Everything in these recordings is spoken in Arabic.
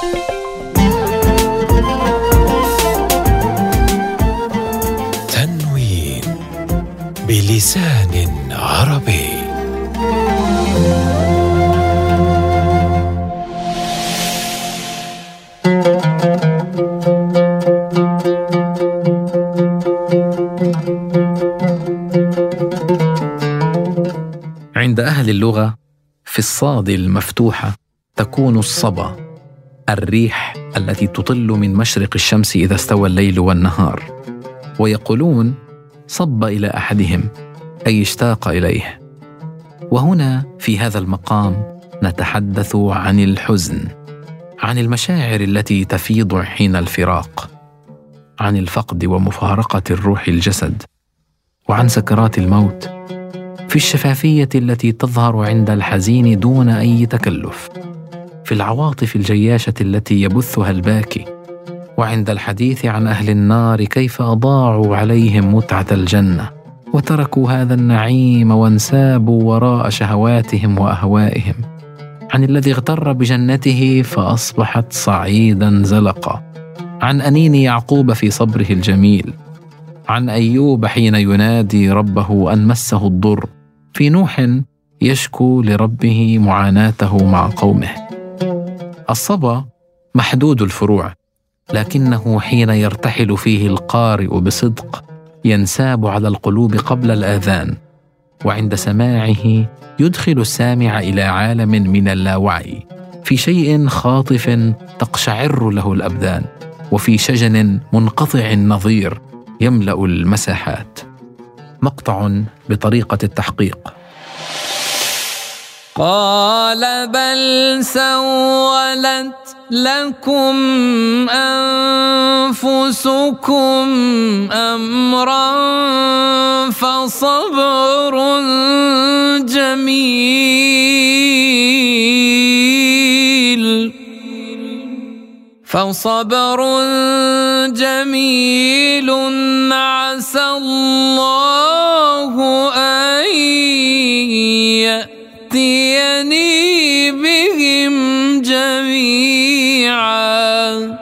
تنوين بلسان عربي. عند أهل اللغة في الصاد المفتوحة تكون الصبا، الريح التي تطل من مشرق الشمس إذا استوى الليل والنهار، ويقولون صب إلى أحدهم أي اشتاق إليه. وهنا في هذا المقام نتحدث عن الحزن، عن المشاعر التي تفيض حين الفراق، عن الفقد ومفارقة الروح الجسد، وعن سكرات الموت، في الشفافية التي تظهر عند الحزين دون أي تكلف، في العواطف الجياشة التي يبثها الباكي، وعند الحديث عن أهل النار كيف أضاعوا عليهم متعة الجنة وتركوا هذا النعيم وانسابوا وراء شهواتهم وأهوائهم، عن الذي اغتر بجنته فأصبحت صعيدا زلقا، عن أنين يعقوب في صبره الجميل، عن أيوب حين ينادي ربه أن مسه الضر، في نوح يشكو لربه معاناته مع قومه. الصبا محدود الفروع، لكنه حين يرتحل فيه القارئ بصدق ينساب على القلوب قبل الآذان، وعند سماعه يدخل السامع إلى عالم من اللاوعي، في شيء خاطف تقشعر له الأبدان، وفي شجن منقطع النظير يملأ المساحات. مقطع بطريقة التحقيق. قال بل سولت لكم أنفسكم أمرا فصبر جميل عسى الله أن يأتيني بهم جميعا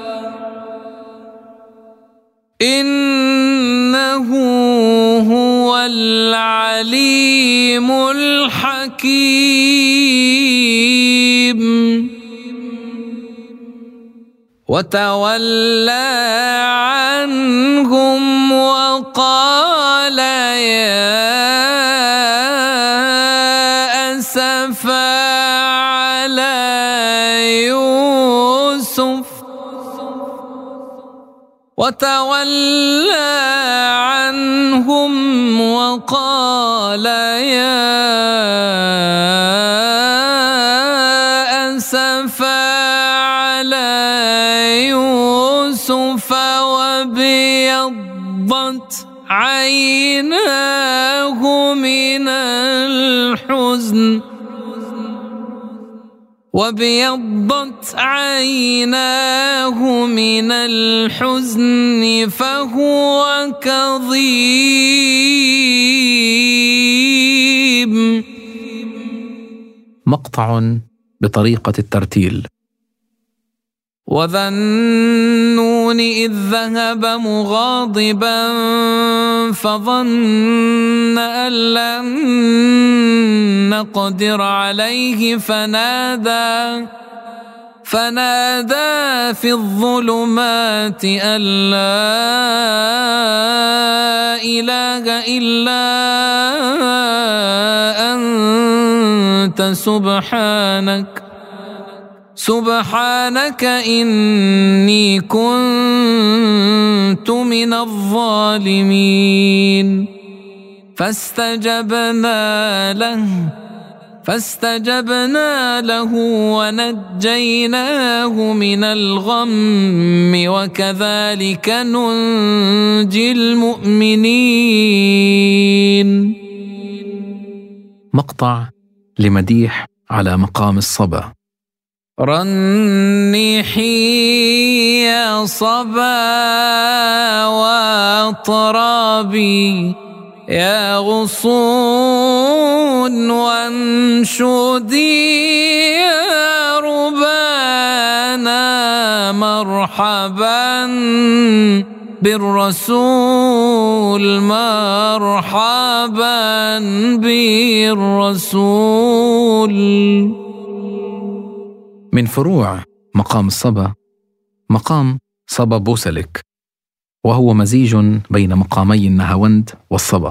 إنه هو العليم الحكيم. وتولى عنهم وقال يا أسفا على يوسف وتولى عنهم وقال يا أسفا على يوسف وابيضت عيناه من الحزن فهو كظيم. مقطع بطريقة الترتيل. وذا النون إذ ذهب مغاضبا فظن أن لن نقدر عليه فنادى في الظلمات أن لا إله إلا أنت سبحانك إني كنت من الظالمين. فاستجبنا له ونجيناه من الغم وكذلك ننجي المؤمنين. مقطع لمديح على مقام الصبا. رنحي يا صبا وطرابي يا غصون وانشدي يا ربان مرحبا بالرسول، مرحبا بالرسول. من فروع مقام الصبا مقام صبا بوسلك، وهو مزيج بين مقامي النهاوند والصبا.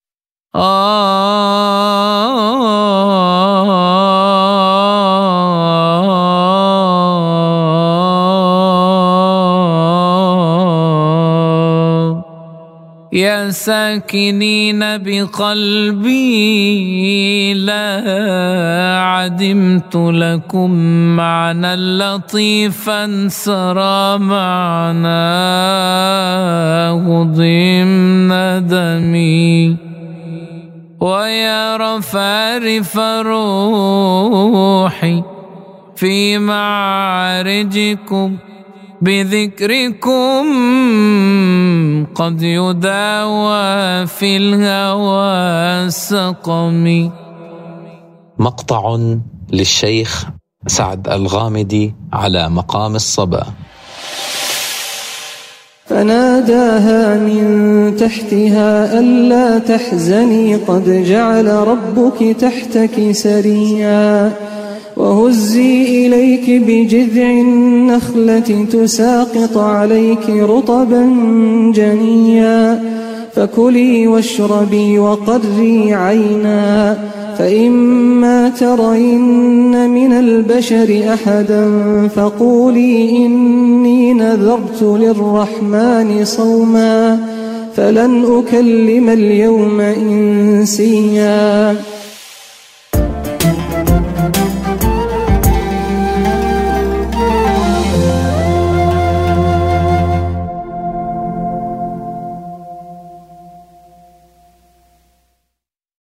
يا ساكنين بقلبي لا عدمت لكم معنى لطيفا سرى معناه ضمن دمي، ويا رفارف روحي في معارجكم بذكركم قد يداوى في الهوى سقمي. مقطع للشيخ سعد الغامدي على مقام الصبا. فناداها من تحتها ألا تحزني قد جعل ربك تحتك سريا، وهزي إليك بجذع النخلة تساقط عليك رطبا جنيا، فكلي واشربي وقري عينا، فإما ترين من البشر أحدا فقولي إني نذرت للرحمن صوما فلن أكلم اليوم إنسيا.